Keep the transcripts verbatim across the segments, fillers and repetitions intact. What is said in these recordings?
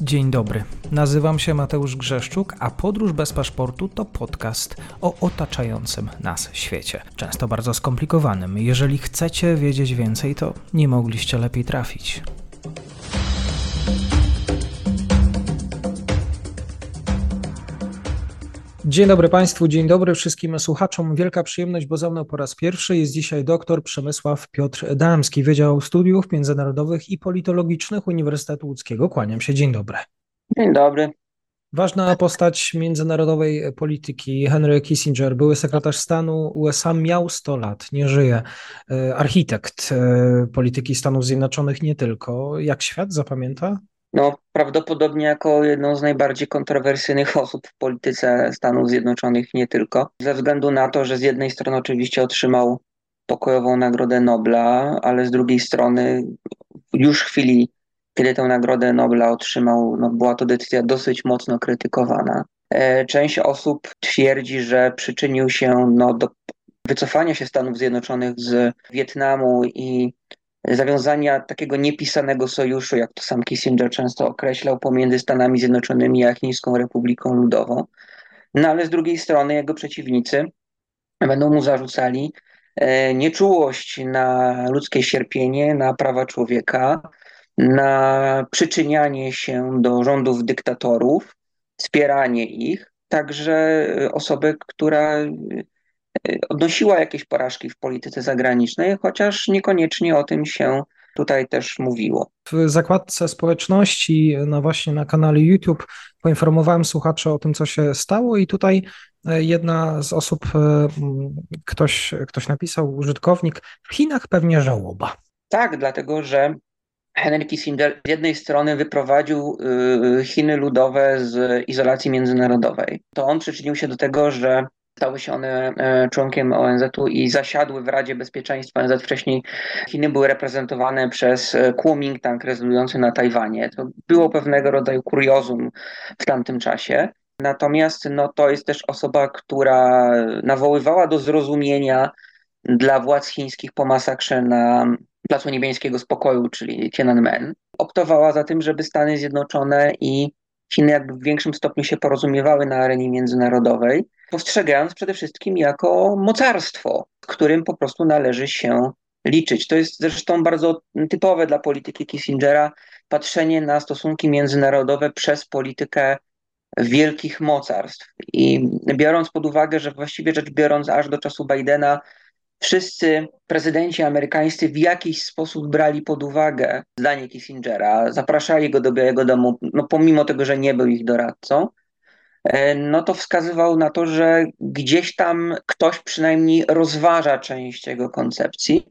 Dzień dobry, nazywam się Mateusz Grzeszczuk, a Podróż bez paszportu to podcast o otaczającym nas świecie. Często bardzo skomplikowanym. Jeżeli chcecie wiedzieć więcej, to nie mogliście lepiej trafić. Dzień dobry Państwu, dzień dobry wszystkim słuchaczom. Wielka przyjemność, bo ze mną po raz pierwszy jest dzisiaj dr Przemysław Piotr Damski, Wydział Studiów Międzynarodowych i Politologicznych Uniwersytetu Łódzkiego. Kłaniam się, dzień dobry. Dzień dobry. Ważna postać międzynarodowej polityki, Henry Kissinger, były sekretarz stanu U S A, miał sto lat, nie żyje. Architekt polityki Stanów Zjednoczonych nie tylko. Jak świat zapamięta? No, prawdopodobnie jako jedną z najbardziej kontrowersyjnych osób w polityce Stanów Zjednoczonych, nie tylko. Ze względu na to, że z jednej strony oczywiście otrzymał pokojową Nagrodę Nobla, ale z drugiej strony już w chwili, kiedy tę Nagrodę Nobla otrzymał, no, była to decyzja dosyć mocno krytykowana. Część osób twierdzi, że przyczynił się no, do wycofania się Stanów Zjednoczonych z Wietnamu i zawiązania takiego niepisanego sojuszu, jak to sam Kissinger często określał, pomiędzy Stanami Zjednoczonymi a Chińską Republiką Ludową. No ale z drugiej strony jego przeciwnicy będą mu zarzucali e, nieczułość na ludzkie cierpienie, na prawa człowieka, na przyczynianie się do rządów dyktatorów, wspieranie ich, także osobę, która odnosiła jakieś porażki w polityce zagranicznej, chociaż niekoniecznie o tym się tutaj też mówiło. W zakładce społeczności, no właśnie na kanale YouTube, poinformowałem słuchaczy o tym, co się stało, i tutaj jedna z osób, ktoś, ktoś napisał, użytkownik, w Chinach pewnie żałoba. Tak, dlatego że Henry Kissinger z jednej strony wyprowadził Chiny Ludowe z izolacji międzynarodowej. To on przyczynił się do tego, że stały się one członkiem O N Z u i zasiadły w Radzie Bezpieczeństwa O N Z. Wcześniej Chiny były reprezentowane przez Kuomintang rezydujący na Tajwanie. To było pewnego rodzaju kuriozum w tamtym czasie. Natomiast no, to jest też osoba, która nawoływała do zrozumienia dla władz chińskich po masakrze na Placu Niebiańskiego Spokoju, czyli Tiananmen. Optowała za tym, żeby Stany Zjednoczone i Chiny jakby w większym stopniu się porozumiewały na arenie międzynarodowej, postrzegając przede wszystkim jako mocarstwo, z którym po prostu należy się liczyć. To jest zresztą bardzo typowe dla polityki Kissingera, patrzenie na stosunki międzynarodowe przez politykę wielkich mocarstw. I biorąc pod uwagę, że właściwie rzecz biorąc aż do czasu Bidena wszyscy prezydenci amerykańscy w jakiś sposób brali pod uwagę zdanie Kissingera, zapraszali go do Białego Domu, no pomimo tego, że nie był ich doradcą, no to wskazywał na to, że gdzieś tam ktoś przynajmniej rozważa część jego koncepcji.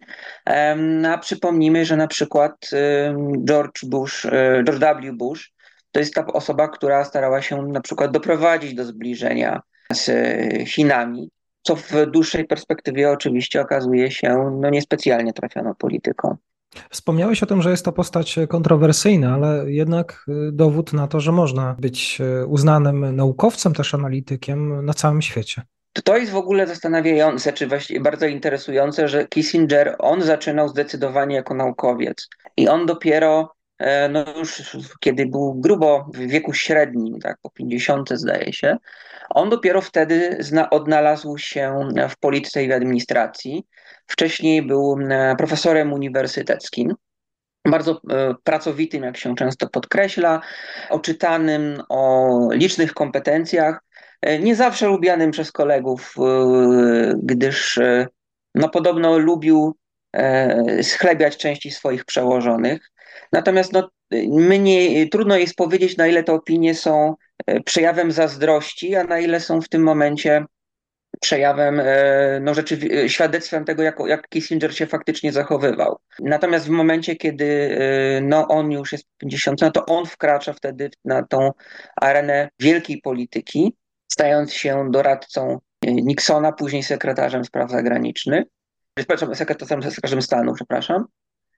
A przypomnijmy, że na przykład George Bush, George W. Bush to jest ta osoba, która starała się na przykład doprowadzić do zbliżenia z Chinami, co w dłuższej perspektywie oczywiście okazuje się no niespecjalnie trafioną polityką. Wspomniałeś o tym, że jest to postać kontrowersyjna, ale jednak dowód na to, że można być uznanym naukowcem, też analitykiem na całym świecie. To jest w ogóle zastanawiające, czy właściwie bardzo interesujące, że Kissinger, on zaczynał zdecydowanie jako naukowiec i on dopiero, no już kiedy był grubo w wieku średnim, tak po pięćdziesiątce zdaje się, on dopiero wtedy zna, odnalazł się w polityce i w administracji. Wcześniej był profesorem uniwersyteckim, bardzo pracowitym, jak się często podkreśla, oczytanym, o licznych kompetencjach, nie zawsze lubianym przez kolegów, gdyż no, podobno lubił schlebiać części swoich przełożonych. Natomiast no, mnie, trudno jest powiedzieć, na ile te opinie są przejawem zazdrości, a na ile są w tym momencie przejawem, no rzeczywiście świadectwem tego, jak, jak Kissinger się faktycznie zachowywał. Natomiast w momencie, kiedy no, on już jest pięćdziesiąty, no to on wkracza wtedy na tą arenę wielkiej polityki, stając się doradcą Nixona, później sekretarzem spraw zagranicznych, sekretarzem, sekretarzem stanu, przepraszam.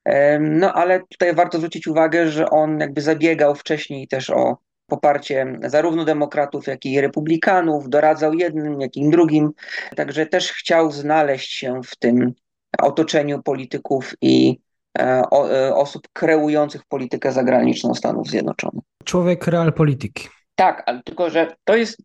No ale tutaj warto zwrócić uwagę, że on jakby zabiegał wcześniej też o poparcie zarówno demokratów, jak i republikanów, doradzał jednym, jak i drugim, także też chciał znaleźć się w tym otoczeniu polityków i osób kreujących politykę zagraniczną Stanów Zjednoczonych. człowiek realpolitik. Tak, ale tylko, że to jest,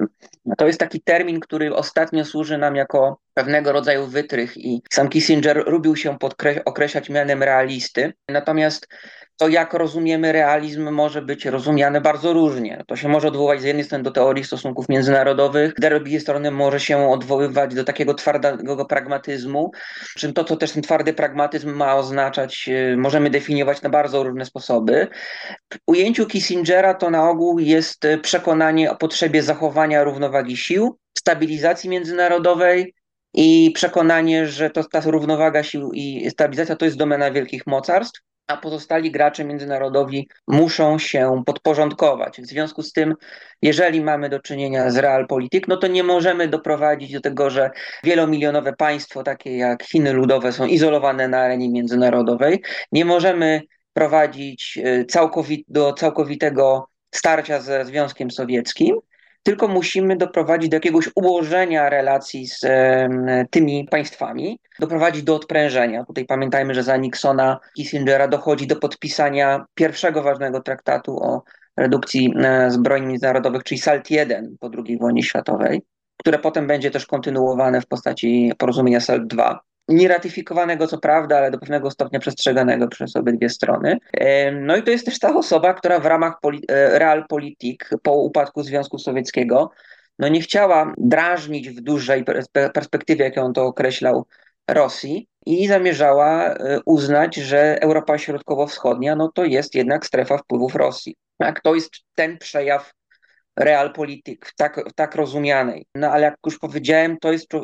to jest taki termin, który ostatnio służy nam jako pewnego rodzaju wytrych i sam Kissinger lubił się podkre- określać mianem realisty. Natomiast to, jak rozumiemy realizm, może być rozumiane bardzo różnie. To się może odwołać z jednej strony do teorii stosunków międzynarodowych, z drugiej strony może się odwoływać do takiego twardego pragmatyzmu. Czym to, co też ten twardy pragmatyzm ma oznaczać, możemy definiować na bardzo różne sposoby. W ujęciu Kissingera to na ogół jest przekonanie o potrzebie zachowania równowagi sił, stabilizacji międzynarodowej i przekonanie, że to, ta równowaga sił i stabilizacja to jest domena wielkich mocarstw, a pozostali gracze międzynarodowi muszą się podporządkować. W związku z tym, jeżeli mamy do czynienia z realpolitik, no to nie możemy doprowadzić do tego, że wielomilionowe państwo, takie jak Chiny Ludowe, są izolowane na arenie międzynarodowej. Nie możemy prowadzić całkowit, do całkowitego starcia ze Związkiem Sowieckim, tylko musimy doprowadzić do jakiegoś ułożenia relacji z e, tymi państwami, doprowadzić do odprężenia. Tutaj pamiętajmy, że za Nixona, Kissingera dochodzi do podpisania pierwszego ważnego traktatu o redukcji e, zbrojeń międzynarodowych, czyli SALT jeden po drugiej wojnie światowej, które potem będzie też kontynuowane w postaci porozumienia SALT dwa. Nieratyfikowanego co prawda, ale do pewnego stopnia przestrzeganego przez obydwie strony. No i to jest też ta osoba, która w ramach realpolitik po upadku Związku Sowieckiego no nie chciała drażnić w dużej perspektywie, jak on to określał, Rosji i zamierzała uznać, że Europa Środkowo-Wschodnia no to jest jednak strefa wpływów Rosji. Tak? To jest ten przejaw realpolitik, tak, tak rozumianej. No ale jak już powiedziałem, to jest,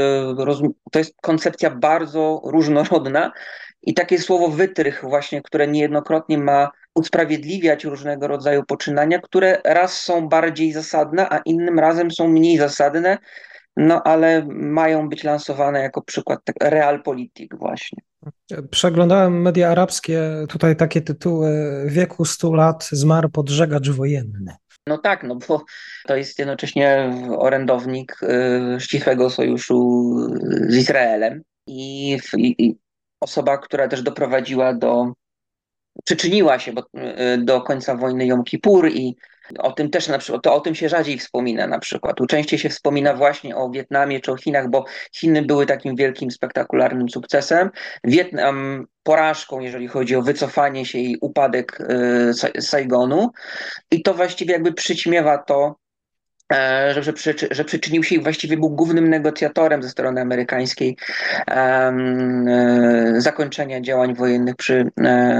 yy, to jest koncepcja bardzo różnorodna i takie słowo wytrych właśnie, które niejednokrotnie ma usprawiedliwiać różnego rodzaju poczynania, które raz są bardziej zasadne, a innym razem są mniej zasadne, no ale mają być lansowane jako przykład tak, realpolitik właśnie. Przeglądałem media arabskie, tutaj takie tytuły: w wieku stu lat zmarł podżegacz wojenny. No tak, no bo to jest jednocześnie orędownik y, ścisłego sojuszu z Izraelem i, i, i osoba, która też doprowadziła do, przyczyniła się bo, y, do końca wojny Jom Kippur i o tym też na przykład, to o tym się rzadziej wspomina na przykład. Tu częściej się wspomina właśnie o Wietnamie czy o Chinach, bo Chiny były takim wielkim, spektakularnym sukcesem. Wietnam porażką, jeżeli chodzi o wycofanie się i upadek y, Saigonu. I to właściwie jakby przyćmiewa to, że, że, przy, że przyczynił się i właściwie był głównym negocjatorem ze strony amerykańskiej um, e, zakończenia działań wojennych przy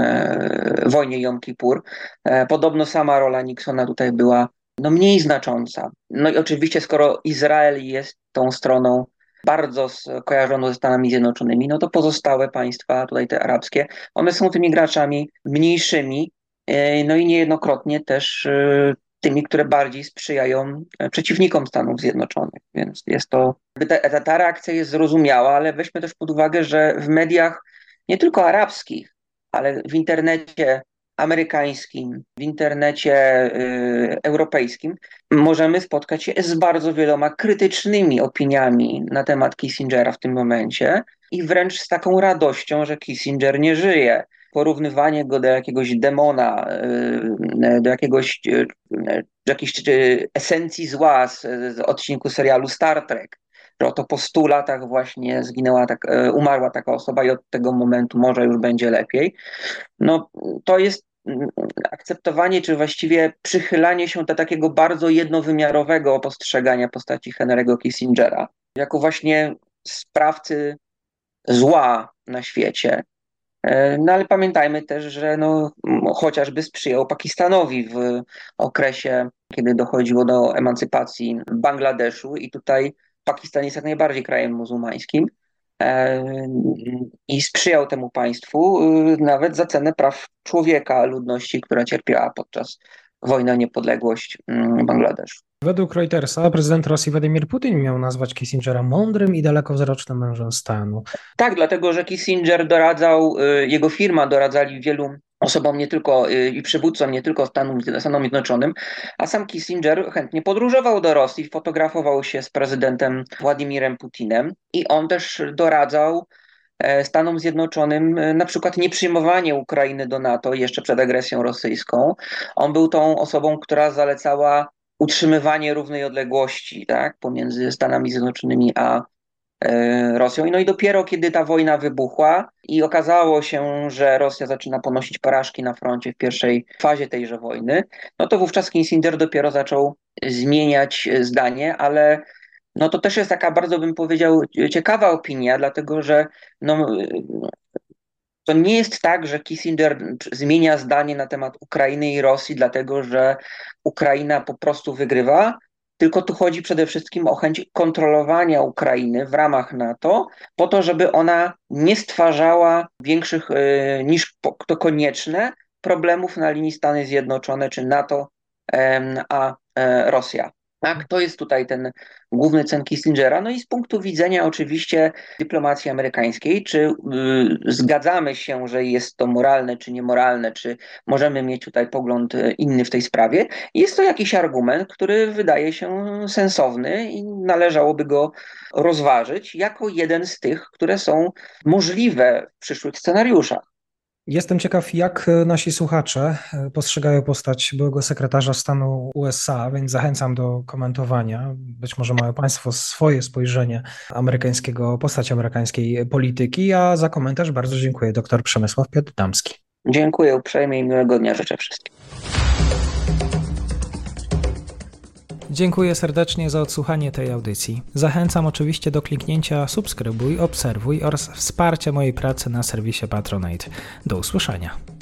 e, wojnie Jom Kippur. E, podobno sama rola Nixona tutaj była no, mniej znacząca. No i oczywiście skoro Izrael jest tą stroną bardzo kojarzoną ze Stanami Zjednoczonymi, no to pozostałe państwa, tutaj te arabskie, one są tymi graczami mniejszymi, e, no i niejednokrotnie też e, tymi, które bardziej sprzyjają przeciwnikom Stanów Zjednoczonych. Więc jest to, ta, ta reakcja jest zrozumiała, ale weźmy też pod uwagę, że w mediach nie tylko arabskich, ale w internecie amerykańskim, w internecie y, europejskim możemy spotkać się z bardzo wieloma krytycznymi opiniami na temat Kissingera w tym momencie i wręcz z taką radością, że Kissinger nie żyje. Porównywanie go do jakiegoś demona, do jakiegoś do jakiejś esencji zła z, z odcinku serialu Star Trek, że oto po stu latach właśnie zginęła, tak, umarła taka osoba i od tego momentu może już będzie lepiej. No to jest akceptowanie, czy właściwie przychylanie się do takiego bardzo jednowymiarowego postrzegania postaci Henry'ego Kissingera, jako właśnie sprawcy zła na świecie. No ale pamiętajmy też, że no, chociażby sprzyjał Pakistanowi w okresie, kiedy dochodziło do emancypacji Bangladeszu i tutaj Pakistan jest jak najbardziej krajem muzułmańskim i sprzyjał temu państwu nawet za cenę praw człowieka, ludności, która cierpiała podczas wojny o niepodległość Bangladeszu. Według Reutersa prezydent Rosji Władimir Putin miał nazwać Kissingera mądrym i dalekowzrocznym mężem stanu. Tak, dlatego że Kissinger doradzał, jego firma doradzali wielu osobom nie tylko i przywódcom nie tylko Stanom, Stanom Zjednoczonym, a sam Kissinger chętnie podróżował do Rosji, fotografował się z prezydentem Władimirem Putinem i on też doradzał Stanom Zjednoczonym na przykład nieprzyjmowanie Ukrainy do NATO jeszcze przed agresją rosyjską. On był tą osobą, która zalecała utrzymywanie równej odległości, tak, pomiędzy Stanami Zjednoczonymi a Rosją. No i dopiero kiedy ta wojna wybuchła i okazało się, że Rosja zaczyna ponosić porażki na froncie w pierwszej fazie tejże wojny, no to wówczas Kissinger dopiero zaczął zmieniać zdanie, ale no to też jest taka bardzo, bym powiedział, ciekawa opinia, dlatego że no, to nie jest tak, że Kissinger zmienia zdanie na temat Ukrainy i Rosji, dlatego że Ukraina po prostu wygrywa, tylko tu chodzi przede wszystkim o chęć kontrolowania Ukrainy w ramach NATO, po to, żeby ona nie stwarzała większych y, niż to konieczne problemów na linii Stany Zjednoczone czy NATO y, a y, Rosja. Tak, to jest tutaj ten główny cel Kissingera. No i z punktu widzenia oczywiście dyplomacji amerykańskiej, czy y, zgadzamy się, że jest to moralne, czy niemoralne, czy możemy mieć tutaj pogląd inny w tej sprawie, jest to jakiś argument, który wydaje się sensowny i należałoby go rozważyć jako jeden z tych, które są możliwe w przyszłych scenariuszach. Jestem ciekaw, jak nasi słuchacze postrzegają postać byłego sekretarza stanu U S A, więc zachęcam do komentowania. Być może mają Państwo swoje spojrzenie amerykańskiego, postać amerykańskiej polityki, a za komentarz bardzo dziękuję. Dr Przemysław Piotr-Damski. Dziękuję uprzejmie i miłego dnia życzę wszystkim. Dziękuję serdecznie za odsłuchanie tej audycji. Zachęcam oczywiście do kliknięcia subskrybuj, obserwuj oraz wsparcia mojej pracy na serwisie Patronite. Do usłyszenia.